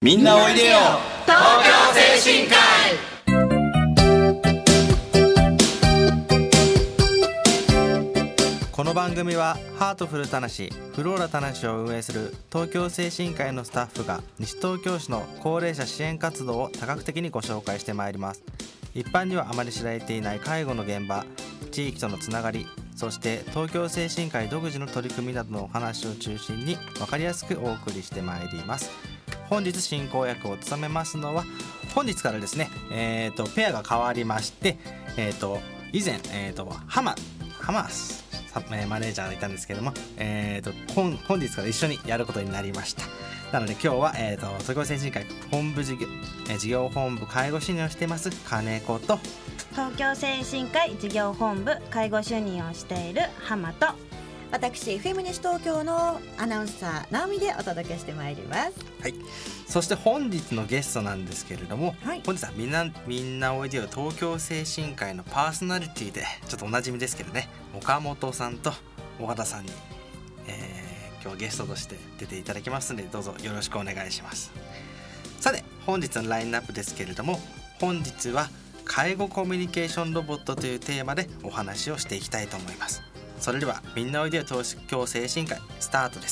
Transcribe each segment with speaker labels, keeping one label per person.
Speaker 1: みんなおいでよ
Speaker 2: 東京精神科医。
Speaker 3: この番組はハートフルたなしフローラたなしを運営する東京精神科医のスタッフが西東京市の高齢者支援活動を多角的にご紹介してまいります。一般にはあまり知られていない介護の現場、地域とのつながり、そして東京精神科医独自の取り組みなどのお話を中心に分かりやすくお送りしてまいります。本日進行役を務めますのは、本日からですね、ペアが変わりまして、以前、浜マネージャーがいたんですけども、本日から一緒にやることになりました。なので今日は、東京精神科医本部事業本部介護主任をしています金子と、
Speaker 4: 東京精神科医事業本部介護主任をしている浜と、
Speaker 5: 私 FM 西東京のアナウンサー直美でお届けしてまいります。
Speaker 3: はい、そして本日のゲストなんですけれども、
Speaker 5: はい、
Speaker 3: 本日はみんなおいでよ東京精神科医のパーソナリティでちょっとおなじみですけどね、岡本さんと尾形さんに、今日ゲストとして出ていただきますので、どうぞよろしくお願いします。さて本日のラインナップですけれども、本日は介護コミュニケーションロボットというテーマでお話をしていきたいと思います。それではみんなおいでよ東京精神科医スタートです。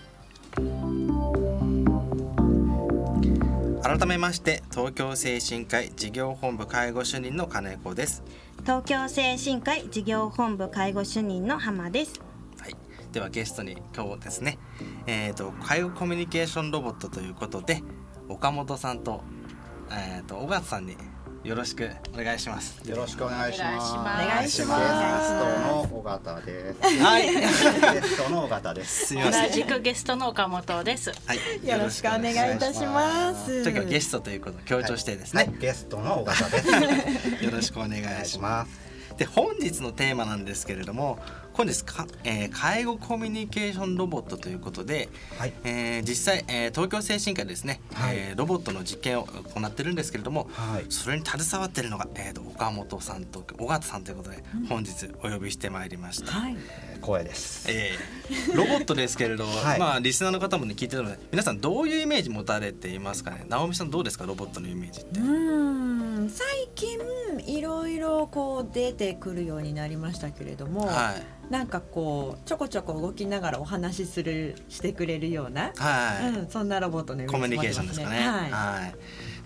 Speaker 3: 改めまして東京精神科医事業本部介護主任の金子です。
Speaker 4: 東京精神科医事業本部介護主任の浜です。
Speaker 3: はい、ではゲストに今日ですね、介護コミュニケーションロボットということで岡本さんと、尾形さんによろしくお願いします。
Speaker 6: よろしくお願いします。
Speaker 5: お願いします。
Speaker 6: ゲストの尾形です。
Speaker 3: はい、
Speaker 6: ゲストの尾形です。
Speaker 3: すみません。
Speaker 2: 同じくゲストの岡本です。
Speaker 3: はい、
Speaker 5: よろしくお願いいたします。
Speaker 3: 今日はゲストということを強調してですね、
Speaker 6: はい、ゲストの尾形です。
Speaker 3: よろしくお願いします。で本日のテーマなんですけれども、本日介護コミュニケーションロボットということで、
Speaker 6: はい、
Speaker 3: 実際、東京精神科でですね、
Speaker 6: はい、
Speaker 3: ロボットの実験を行ってるんですけれども、
Speaker 6: はい、
Speaker 3: それに携わっているのが、岡本さんと尾形さんということで、本日お呼びしてまいりました。
Speaker 5: はい、
Speaker 6: 光栄です。
Speaker 3: ロボットですけれど、
Speaker 6: はい、
Speaker 3: リスナーの方も、ね、聞いてるので、皆さんどういうイメージ持たれていますかね。直美さんどうですか、ロボットのイメージって。
Speaker 5: 最近いろいろこう出てくるようになりましたけれども、
Speaker 3: はい、
Speaker 5: なんかこうちょこちょこ動きながらお話ししてくれるような、
Speaker 3: はい、
Speaker 5: そんなロボットのイメージ
Speaker 3: コミュニケーションですかね。
Speaker 5: はい
Speaker 3: はい、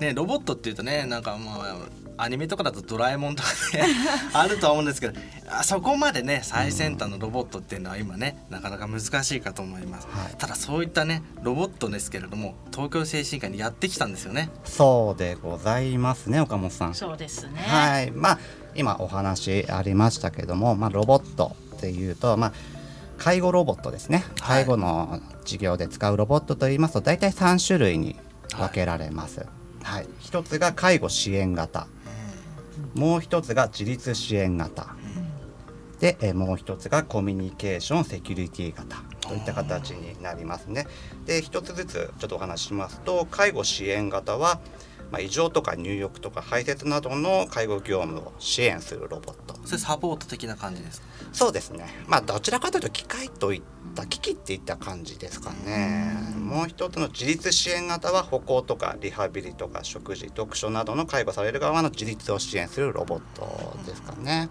Speaker 3: ね、ロボットっていうとね、なんかアニメとかだとドラえもんとかねあるとは思うんですけど、そこまでね最先端のロボットっていうのは今ねなかなか難しいかと思います。はい、ただそういったねロボットですけれども、東京精神科にやってきたんですよね。
Speaker 6: そうでございますね、岡本さん。
Speaker 2: そうですね。
Speaker 6: はい、今お話ありましたけども、ロボットっていうと、介護ロボットですね。介護の事業で使うロボットといいますと、大体3種類に分けられます。はい、一つが介護支援型、もう一つが自立支援型、でもう一つがコミュニケーションセキュリティ型といった形になりますね。で一つずつちょっとお話ししますと、介護支援型は異常とか入浴とか排泄などの介護業務を支援するロボット。
Speaker 3: それサポート的な感じですか。
Speaker 6: そうですね、どちらかというと機械といった機器っていった感じですかね。もう一つの自立支援型は歩行とかリハビリとか食事読書などの介護される側の自立を支援するロボットですかね。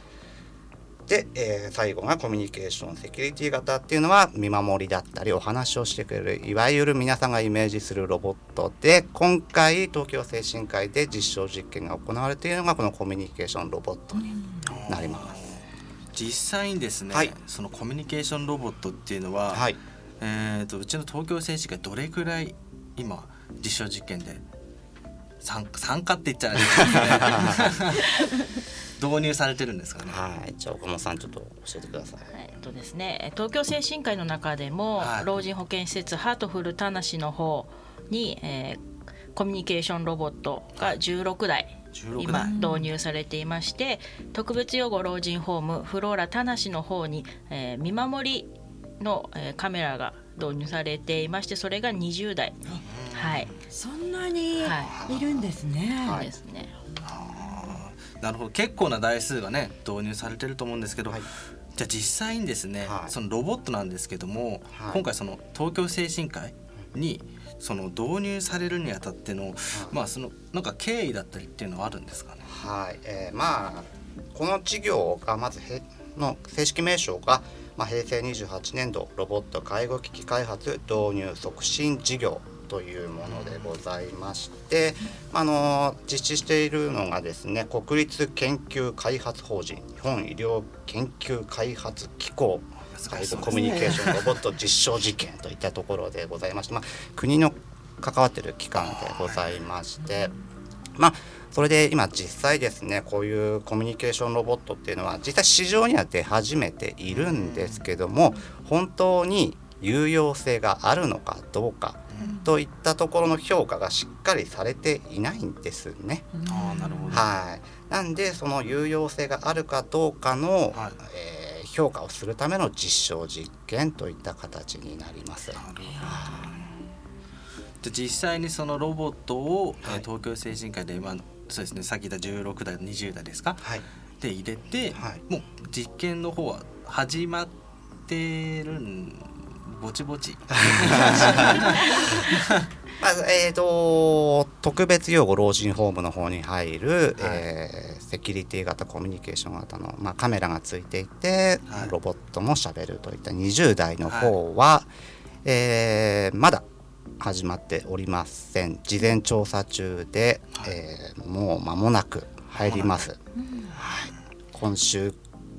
Speaker 6: で、最後がコミュニケーションセキュリティ型っていうのは見守りだったりお話をしてくれる、いわゆる皆さんがイメージするロボットで、今回東京精神科医で実証実験が行われているのがこのコミュニケーションロボットになります。
Speaker 3: 実際にですね、はい、そのコミュニケーションロボットっていうのは、はい、うちの東京精神科医どれくらい今実証実験で参加って言っちゃないですかね導入されてるんですかね。
Speaker 6: はい、じゃあ岡本さんちょっと教えてください。
Speaker 2: ですね、東京精神科医の中でも、はい、老人保健施設ハートフルたなしの方に、コミュニケーションロボットが16台今導入されていまして、特別養護老人ホームフローラたなしの方に、見守りの、カメラが導入されていまして、それが20台、はい、
Speaker 5: そんなにいるんですね。
Speaker 2: はい、ですね。
Speaker 3: なるほど、結構な台数がね導入されてると思うんですけど、
Speaker 6: はい、
Speaker 3: じゃあ実際にですね、そのロボットなんですけども、今回その東京精神科医にその導入されるにあたっての、そのなんか経緯だったりっていうのはあるんですかね。
Speaker 6: はい、この事業がまずの正式名称が、平成28年度ロボット介護機器開発導入促進事業というものでございまして、実施しているのがですね、国立研究開発法人日本医療研究開発機構介護コミュニケーションロボット実証実験といったところでございまして、国の関わっている機関でございまして、それで今実際ですね、こういうコミュニケーションロボットっていうのは実際市場には出始めているんですけども、本当に有用性があるのかどうかといったところの評価がしっかりされていないんですね。
Speaker 3: なるほど。
Speaker 6: なんでその有用性があるかどうかの、評価をするための実証実験といった形になります。
Speaker 3: 実際にそのロボットを、東京精神科でそうですね、さっき言った16代20代ですか、で入れて、もう実験の方は始まってるぼちぼち
Speaker 6: 特別養護老人ホームの方に入る、セキュリティ型コミュニケーション型の、カメラがついていて、ロボットもしゃべるといった20代の方は、まだ始まっておりません。事前調査中で、もう間もなく入ります。今週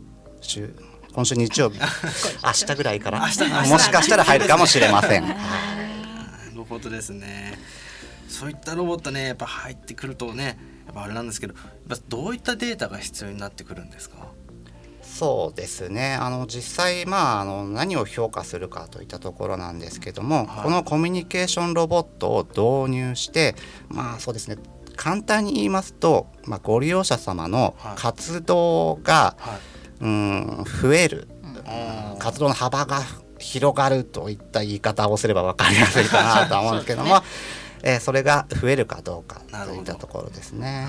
Speaker 6: 日曜日明日ぐらいからもしかしたら入るかもしれません。
Speaker 3: なるほどですね。そういったロボットね、やっぱ入ってくるとね、やっぱあれなんですけど、やっぱどういったデータが必要になってくるんですか？
Speaker 6: そうですね、実際、何を評価するかといったところなんですけども、このコミュニケーションロボットを導入して、そうですね、簡単に言いますと、ご利用者様の活動が、増える、活動の幅が広がるといった言い方をすれば分かりやすいかなとは思うんですけどもそれが増えるかどうかといったところですね。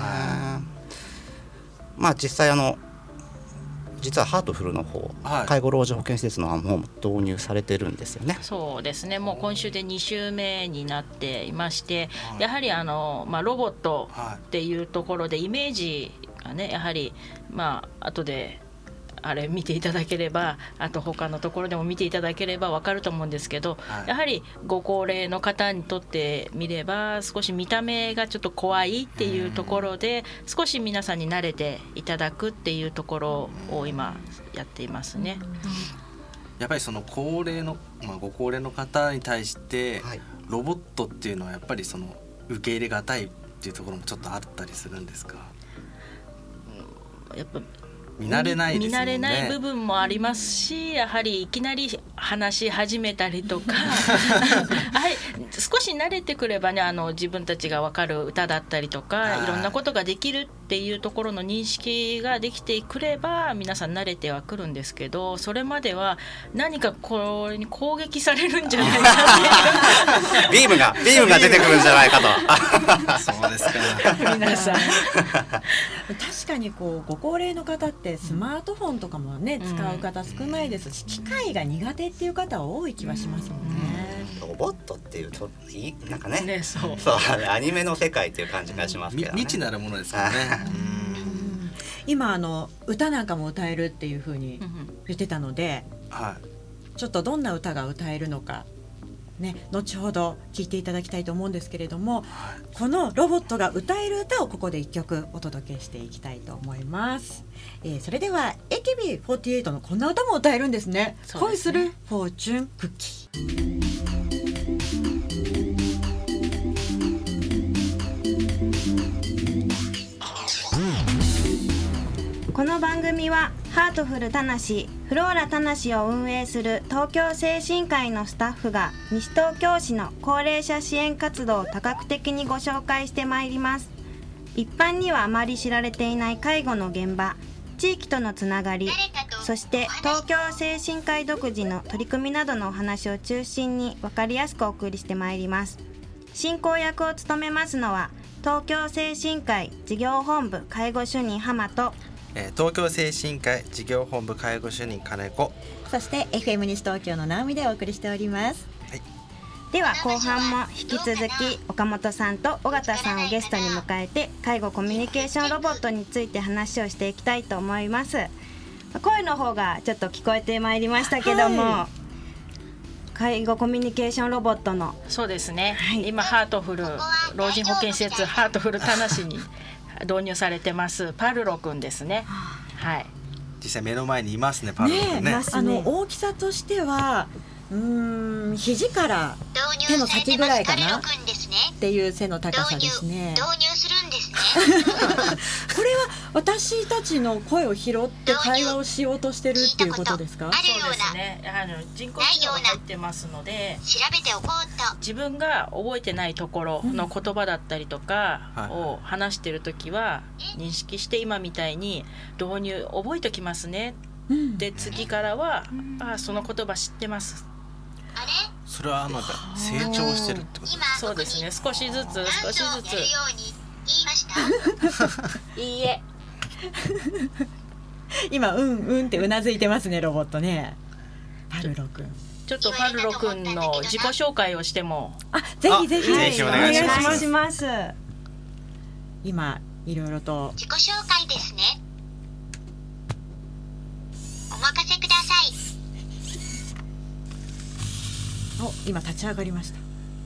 Speaker 6: 実はハートフルの方、介護老人保健施設の方も導入されてるんですよね。
Speaker 2: そうですね、もう今週で2週目になっていまして、やはりロボットっていうところでイメージがね、やはり後であれ見ていただければ、あと他のところでも見ていただければ分かると思うんですけど、やはりご高齢の方にとってみれば少し見た目がちょっと怖いっていうところで、少し皆さんに慣れていただくっていうところを今やっていますね。
Speaker 3: やっぱりその高齢の、ご高齢の方に対してロボットっていうのはやっぱりその受け入れがたいっていうところもちょっとあったりするんですか？
Speaker 2: やっぱ
Speaker 3: 見慣れないですもんね。
Speaker 2: 見慣れない部分もありますし、やはりいきなり話し始めたりとか少し慣れてくればね、自分たちが分かる歌だったりとか、いろんなことができるっていうところの認識ができてくれば皆さん慣れてはくるんですけど、それまでは何かこれに攻撃されるんじゃないかって
Speaker 6: ビームが出てくるんじゃないかと
Speaker 3: そうですか。
Speaker 2: 皆さん
Speaker 5: 確かにご高齢の方ってスマートフォンとかもね、使う方少ないですし、機械が苦手っていう方は多い気はしますもんね。
Speaker 6: ロボットっていうとなんかね、
Speaker 2: そう
Speaker 6: アニメの世界っていう感じがしますけどね。
Speaker 3: 未知なるものですからね。
Speaker 5: 今歌なんかも歌えるっていう風に言ってたので、ちょっとどんな歌が歌えるのかね、後ほど聞いていただきたいと思うんですけれども、このロボットが歌える歌をここで1曲お届けしていきたいと思います。それでは AKB48 のこんな歌も歌えるんですね。恋するフォーチュンクッキー。
Speaker 4: この番組はハートフルたなしフローラたなしを運営する東京精神科医のスタッフが西東京市の高齢者支援活動を多角的にご紹介してまいります。一般にはあまり知られていない介護の現場、地域とのつながり、そして東京精神科医独自の取り組みなどのお話を中心に分かりやすくお送りしてまいります。進行役を務めますのは東京精神科医事業本部介護主任浜と
Speaker 3: 東京精神科医事業本部介護主任金子、
Speaker 5: そして FM 西東京の直美でお送りしております。
Speaker 4: では後半も引き続き岡本さんと尾形さんをゲストに迎えて介護コミュニケーションロボットについて話をしていきたいと思います。声の方がちょっと聞こえてまいりましたけども、介護コミュニケーションロボットの
Speaker 2: そうですね、今ハートフル老人保健施設ハートフル田無に導入されてますパルロくんですね。はい、
Speaker 3: 実際目の前にいますね、パルロくんね。
Speaker 5: 大きさとしては肘から手の先ぐらいかなっていう背の高さですね。
Speaker 1: 導入するんですね。
Speaker 5: これは私たちの声を拾って会話をしようとしてるっていうことですか？
Speaker 2: そうですね。人工知能が入ってますので、
Speaker 1: 調べておこうと
Speaker 2: 自分が覚えてないところの言葉だったりとかを話してるときは認識して、今みたいに導入覚えときますね、で次からはその言葉知ってます。
Speaker 1: あれ？
Speaker 3: それはなんか成長してるってことですか？
Speaker 2: そうですね、少しずつ少しずつ。
Speaker 1: やるように言いました。
Speaker 2: いいえ。
Speaker 5: 今うんってうなずいてますね、ロボットね。パルロくん、
Speaker 2: ちょっとパルロくんの自己紹介をしても。
Speaker 5: ぜひぜひ、
Speaker 3: ぜひお願いし
Speaker 4: ます。
Speaker 5: 今いろいろと
Speaker 1: 自己紹介ですね。お任せください。
Speaker 5: 今立ち上がりました。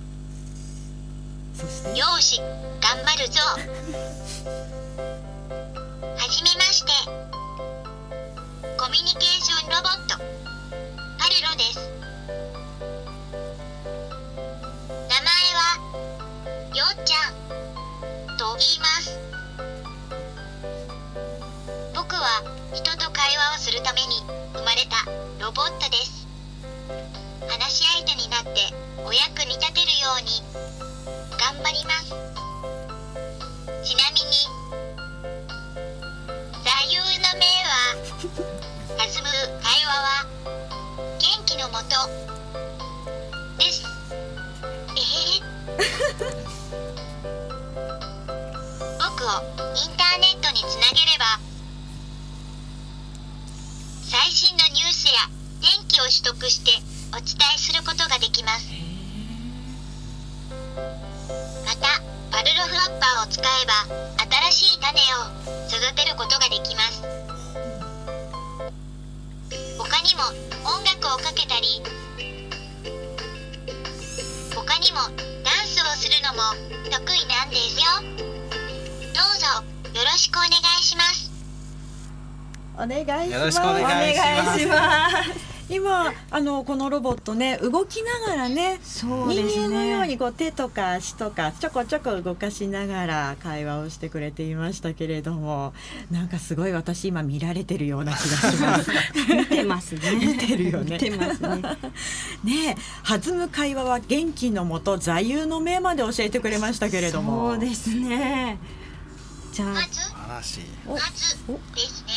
Speaker 5: そして
Speaker 1: よーし頑張るぞ。はじめまして、コミュニケーションロボットパルロです。名前はよっちゃんと言います。僕は人と会話をするために生まれたロボットです。話し相手になってお役に立てるように頑張ります。ちなみに座右の銘は弾む会話は元気のもとです。僕をインターネットにつなげれば最新のニュースや天気を取得してお伝えすることができます。またパルロフラッパーを使えば新しい種を育てることができます。他にも音楽をかけたり、他にもダンスをするのも得意なんですよ。どうぞよろしくお願いします。
Speaker 5: お願いします。
Speaker 3: よろしくお願いします。
Speaker 5: 今このロボットね、動きながらね、
Speaker 4: そうですね、
Speaker 5: 人間のように手とか足とかちょこちょこ動かしながら会話をしてくれていましたけれども、なんかすごい私今見られてるような気がします。
Speaker 4: 見てますね。
Speaker 5: 見てるよね。
Speaker 4: 見てますね。
Speaker 5: ねえ、弾む会話は元気のもと、座右の銘まで教えてくれましたけれども。
Speaker 4: そうですね。じゃあ
Speaker 1: まずですね。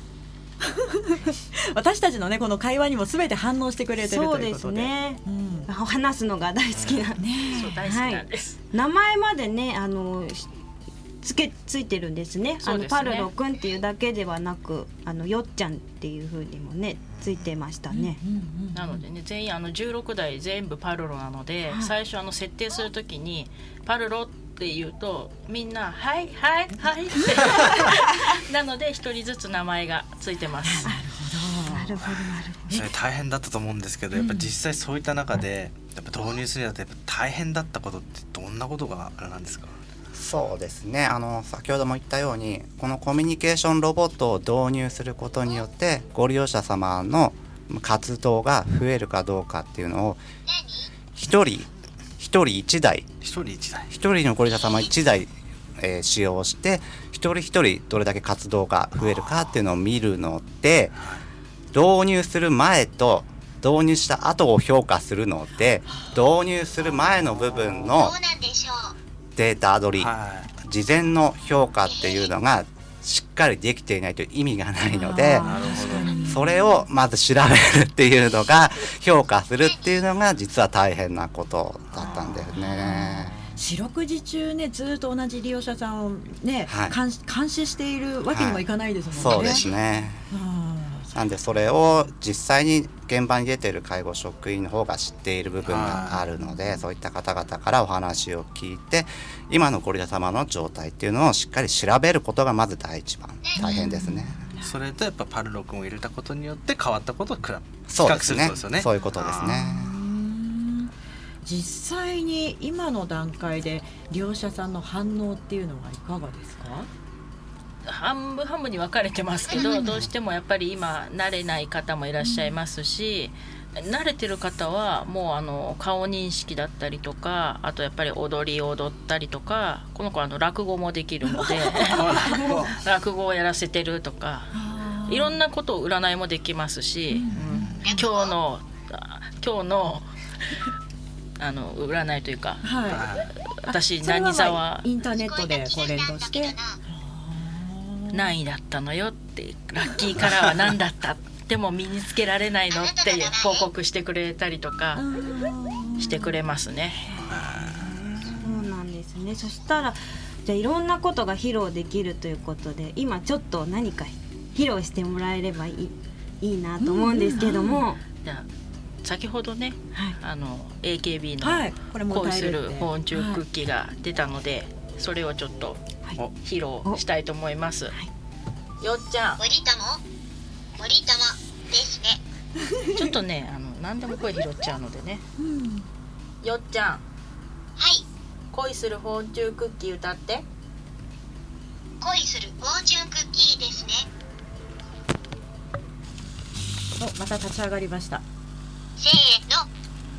Speaker 5: 私たちのねこの会話にもすべて反応してくれてるということで。
Speaker 4: そうですね、話すのが大好きなんで、
Speaker 2: そう大好きなんです、
Speaker 4: 名前までねついてるんですね。パルロくんっていうだけではなくよっちゃんっていう風にもねついてましたね。
Speaker 2: なのでね、全員16台全部パルロなので、最初設定するときにパルロって言うとみんなはいはいはいってなので一人ずつ名前がついてます。
Speaker 4: なるほど。
Speaker 3: それ大変だったと思うんですけど、やっぱ実際そういった中でやっぱ導入するにあたって大変だったことってどんなことがあれなんですか？
Speaker 6: そうですね、先ほども言ったようにこのコミュニケーションロボットを導入することによってご利用者様の活動が増えるかどうかっていうのを一人1台一人のご利用者様1台、使用して一人一人どれだけ活動が増えるかっていうのを見るので、導入する前と導入した後を評価するので、導入する前の部分のデータ取り、事前の評価っていうのがしっかりできていないと意味がないので、それをまず調べるっていうのが評価するっていうのが実は大変なことだったんだよね。
Speaker 5: 四六時中ねずっと同じ利用者さんをね、監視しているわけにもいかないですもんね。
Speaker 6: そうですね。 なんでそれを実際に現場に出てる介護職員の方が知っている部分があるので、そういった方々からお話を聞いて今のゴリラ様の状態っていうのをしっかり調べることがまず第一番大変ですね。
Speaker 3: それとやっぱパルロ君を入れたことによって変わったことを比
Speaker 6: そう
Speaker 3: 較
Speaker 6: ですね、
Speaker 3: することですよね。
Speaker 6: そういうことですね。
Speaker 5: 実際に今の段階で利用者さんの反応っていうのはいかがですか？
Speaker 2: 半分半分に分かれてますけど、どうしてもやっぱり今慣れない方もいらっしゃいますし、慣れてる方はもう顔認識だったりとか、あとやっぱり踊りを踊ったりとか、この子落語もできるので落語をやらせてるとか、いろんなことを占いもできますし、今日の占いというか、私何座は
Speaker 5: インターネットでこう連動して
Speaker 2: 何位だったのよって、ラッキーカラーは何だったでも身につけられないのって報告してくれたりとかしてくれますね。
Speaker 4: そうなんですね。そしたらじゃあいろんなことが披露できるということで、今ちょっと何か披露してもらえればいいなと思うんですけども、
Speaker 2: じゃあ先ほどね、AKB
Speaker 5: これも
Speaker 2: の恋するフォーチュンクッキーが出たので、それをちょっと披露したいと思います。よっちゃん、
Speaker 1: 森友ですね。
Speaker 2: ちょっとね何でも声拾っちゃうのでね、よっちゃん、
Speaker 1: はい、
Speaker 2: 恋するフォーチュンクッキー歌って。
Speaker 1: 恋するフォーチュンクッキーですね。
Speaker 5: また立ち上がりました。
Speaker 1: せーの。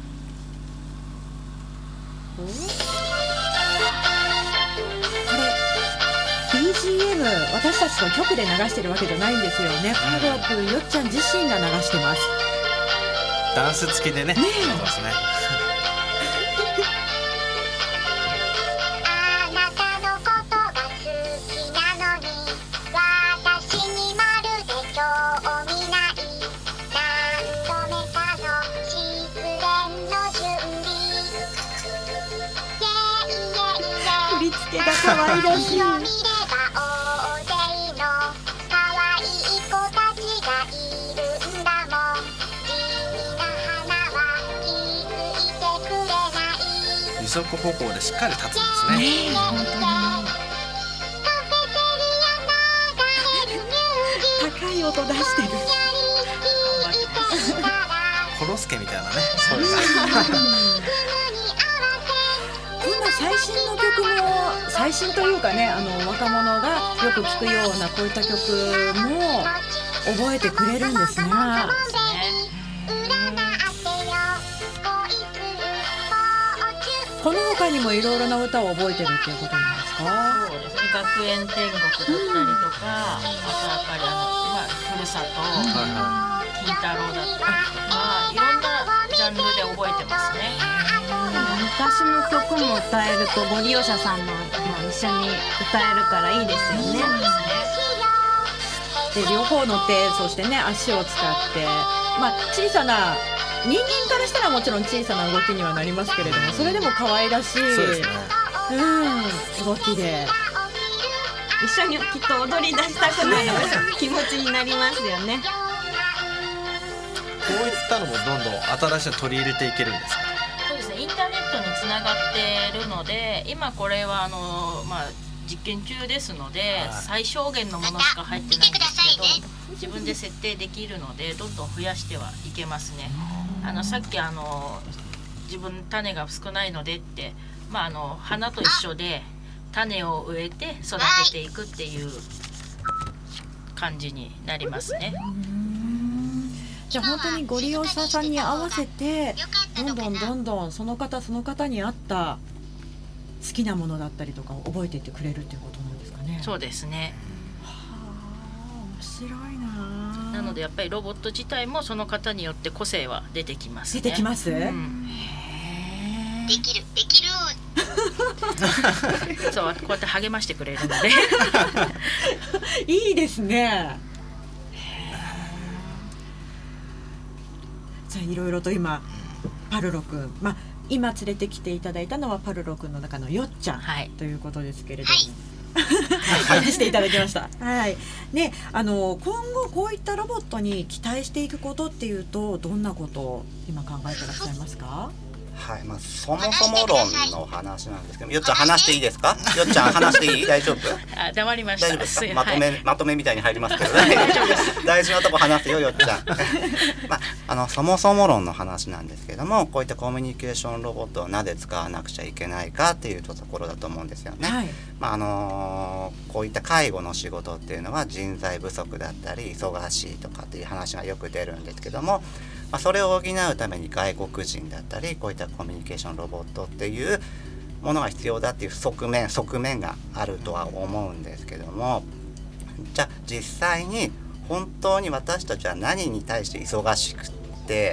Speaker 5: これ BGM 私たちの曲で流してるわけじゃないんですよね。パルロ君、よっちゃん自身が流してます。
Speaker 3: ダンス付きでね。そうですね。
Speaker 1: あなたのことが好きなのに、私にまるで興味ない。何度目かの失恋の準備。
Speaker 5: 振り付けが可愛らしい。
Speaker 3: 二足歩行でしっかり立つんですね。
Speaker 5: 高い音出してる。
Speaker 3: コロスケみたいなね。
Speaker 5: こんな最新の曲も、最新というかね、若者がよく聴くようなこういった曲も覚えてくれるんですね。この他にもいろいろな歌を覚えてるっていうことなんですか？
Speaker 2: そうですね、学園天国だったりとか、あとやっぱりふるさと、金太郎だったりとか、いろんなジャンルで覚えてますね。
Speaker 4: 昔の曲も歌えるとご利用者さんの一緒に歌えるからいいですよね。
Speaker 5: で両方の手、そしてね足を使って、小さな人間からしたらもちろん小さな動きにはなりますけれども、それでも可愛らしい、動きで
Speaker 4: 一緒にきっと踊り出したくなる気持ちになりますよね。
Speaker 3: こういったのもどんどん新しいの取り入れていけるんですか？
Speaker 2: そうですね、インターネットにつながっているので、今これは実験中ですので、最小限のものしか入ってないんですけど、自分で設定できるのでどんどん増やしてはいけますね。さっき自分種が少ないのでって、花と一緒で種を植えて育てていくっていう感じになりますね。
Speaker 5: じゃあ本当にご利用者さんに合わせてどんどんその方に合った好きなものだったりとかを覚えていってくれるっていうことなんですかね。
Speaker 2: そうですね。
Speaker 5: 面白いな。
Speaker 2: なのでやっぱりロボット自体もその方によって個性は出てきますね。
Speaker 5: 出てきます、
Speaker 1: できる
Speaker 2: そう、こうやって励ましてくれるので
Speaker 5: いいですね。じゃあいろいろと今パルロ君、今連れてきていただいたのはパルロ君の中のよっちゃん、ということですけれども、 返事していただきました。はい。ね、今後こういったロボットに期待していくことっていうとどんなことを今考えてらっしゃいますか？
Speaker 6: はい、そもそも論の話なんですけど、よっちゃん話していいですか？よっちゃん話していい？大丈夫？
Speaker 2: 黙りました。
Speaker 6: 大丈夫ですか？まとめみたいに入りますけど、大事なとこ話すよ、よっちゃん。そもそも論の話なんですけども、こういったコミュニケーションロボットをなぜ使わなくちゃいけないかっていうところだと思うんですよね。はい。こういった介護の仕事っていうのは人材不足だったり忙しいとかっていう話がよく出るんですけども、それを補うために外国人だったりこういったコミュニケーションロボットっていうものが必要だっていう側面があるとは思うんですけども、じゃあ実際に本当に私たちは何に対して忙しくって、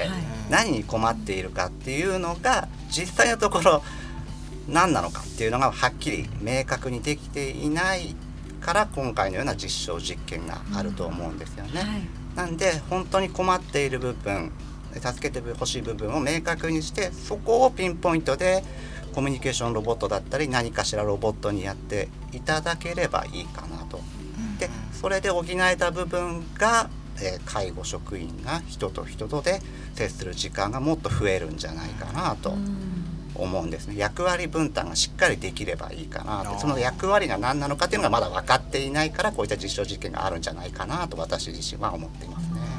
Speaker 6: 何に困っているかっていうのが実際のところ何なのかっていうのがはっきり明確にできていないから今回のような実証実験があると思うんですよね。なんで本当に困っている部分、助けてほしい部分を明確にして、そこをピンポイントでコミュニケーションロボットだったり何かしらロボットにやっていただければいいかなと。でそれで補えた部分が、介護職員が人と人とで接する時間がもっと増えるんじゃないかなと思うんですね。役割分担がしっかりできればいいかなと。その役割が何なのかっていうのがまだ分かっていないから、こういった実証実験があるんじゃないかなと私自身は思っていますね。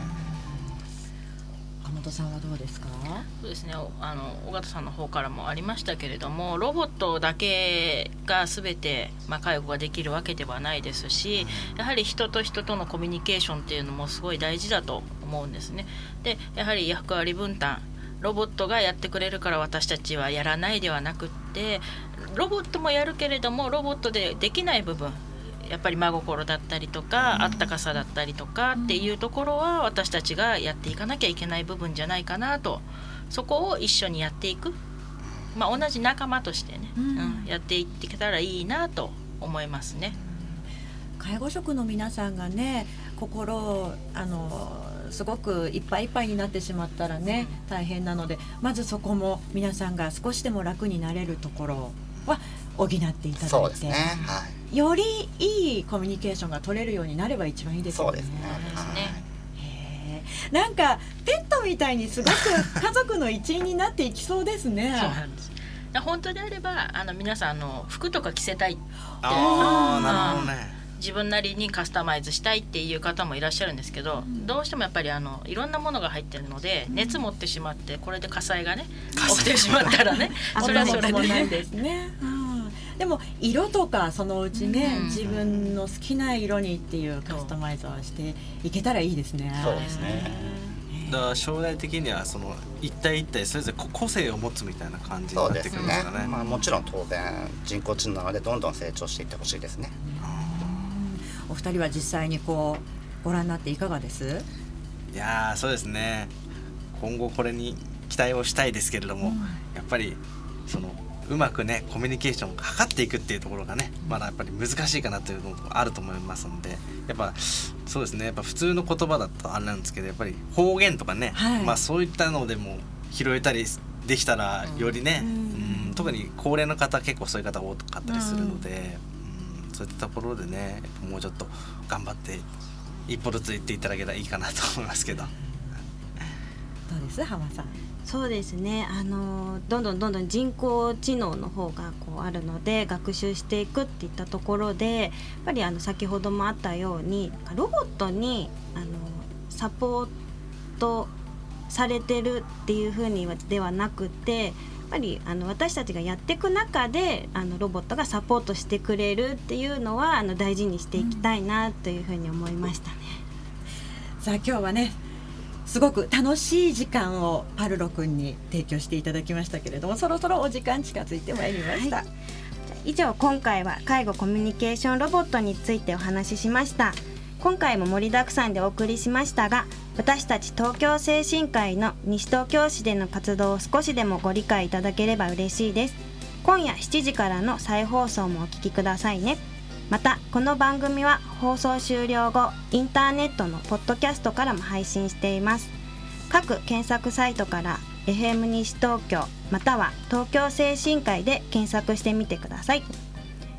Speaker 5: 岡本さんはどうですか？
Speaker 2: そうですね、尾形さんの方からもありましたけれども、ロボットだけが全て、介護ができるわけではないですし、やはり人と人とのコミュニケーションっていうのもすごい大事だと思うんですね。でやはり役割分担、ロボットがやってくれるから私たちはやらないではなくって、ロボットもやるけれどもロボットでできない部分、やっぱり真心だったりとか、あったかさだったりとかっていうところは私たちがやっていかなきゃいけない部分じゃないかなと。そこを一緒にやっていく、同じ仲間としてね、やっていっていけたらいいなと思いますね。
Speaker 5: 介護職の皆さんがね、心すごくいっぱいいっぱいになってしまったらね、大変なので、まずそこも皆さんが少しでも楽になれるところは補っていただいて、
Speaker 6: そうですね、
Speaker 5: よりいいコミュニケーションが取れるようになれば一番いいですよね。
Speaker 6: そうですね。
Speaker 5: なんかペットみたいにすごく家族の一員になっていきそうですね。
Speaker 2: そうなんです。本当であれば皆さん服とか着せたいって、
Speaker 3: なるほどね、
Speaker 2: 自分なりにカスタマイズしたいっていう方もいらっしゃるんですけど、どうしてもやっぱりいろんなものが入ってるので、熱持ってしまってこれで火災がね起きてしまったらねそれはそれで
Speaker 5: ないですね。でも色とかそのうちね、自分の好きな色にっていうカスタマイズをしていけたらいいですね。
Speaker 6: そうですね。
Speaker 3: だから将来的にはその一体一体それぞれ個性を持つみたいな感じになってくるんですかね。
Speaker 6: もちろん当然人工知能なのでどんどん成長していってほしいですね。
Speaker 5: お二人は実際にご覧になっていかがです？
Speaker 3: いやそうですね、今後これに期待をしたいですけれども、やっぱりうまくねコミュニケーションを図っていくっていうところがね、まだやっぱり難しいかなというのもあると思いますので、やっぱそうですね、やっぱ普通の言葉だとあれなんですけど、やっぱり方言とかね、そういったのでも拾えたりできたらよりね、特に高齢の方結構そういう方多かったりするので、そういったところでねもうちょっと頑張って一歩ずつ行っていただけたらいいかなと思いますけど。
Speaker 5: どうです浜さん？
Speaker 4: そうですね、どんどん人工知能の方があるので学習していくっていったところで、やっぱり先ほどもあったようにロボットにサポートされてるっていう風にではなくて、やっぱり私たちがやっていく中でロボットがサポートしてくれるっていうのは大事にしていきたいなという風に思いましたね。
Speaker 5: さあ今日はねすごく楽しい時間をパルロ君に提供していただきましたけれども、そろそろお時間近づいてまいりました。
Speaker 4: 以上、今回は介護コミュニケーションロボットについてお話ししました。今回も盛りだくさんでお送りしましたが、私たち東京精神科医の西東京市での活動を少しでもご理解いただければ嬉しいです。今夜7時からの再放送もお聞きくださいね。またこの番組は放送終了後インターネットのポッドキャストからも配信しています。各検索サイトから FM 西東京または東京精神科医で検索してみてください。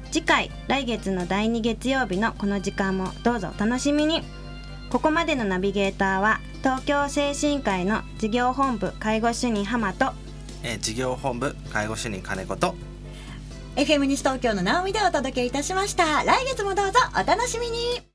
Speaker 4: 次回来月の第2月曜日のこの時間もどうぞお楽しみに。ここまでのナビゲーターは東京精神科医の事業本部介護主任浜と
Speaker 3: 事業本部介護主任金子と
Speaker 5: FM 西東京の直美でお届けいたしました。来月もどうぞお楽しみに。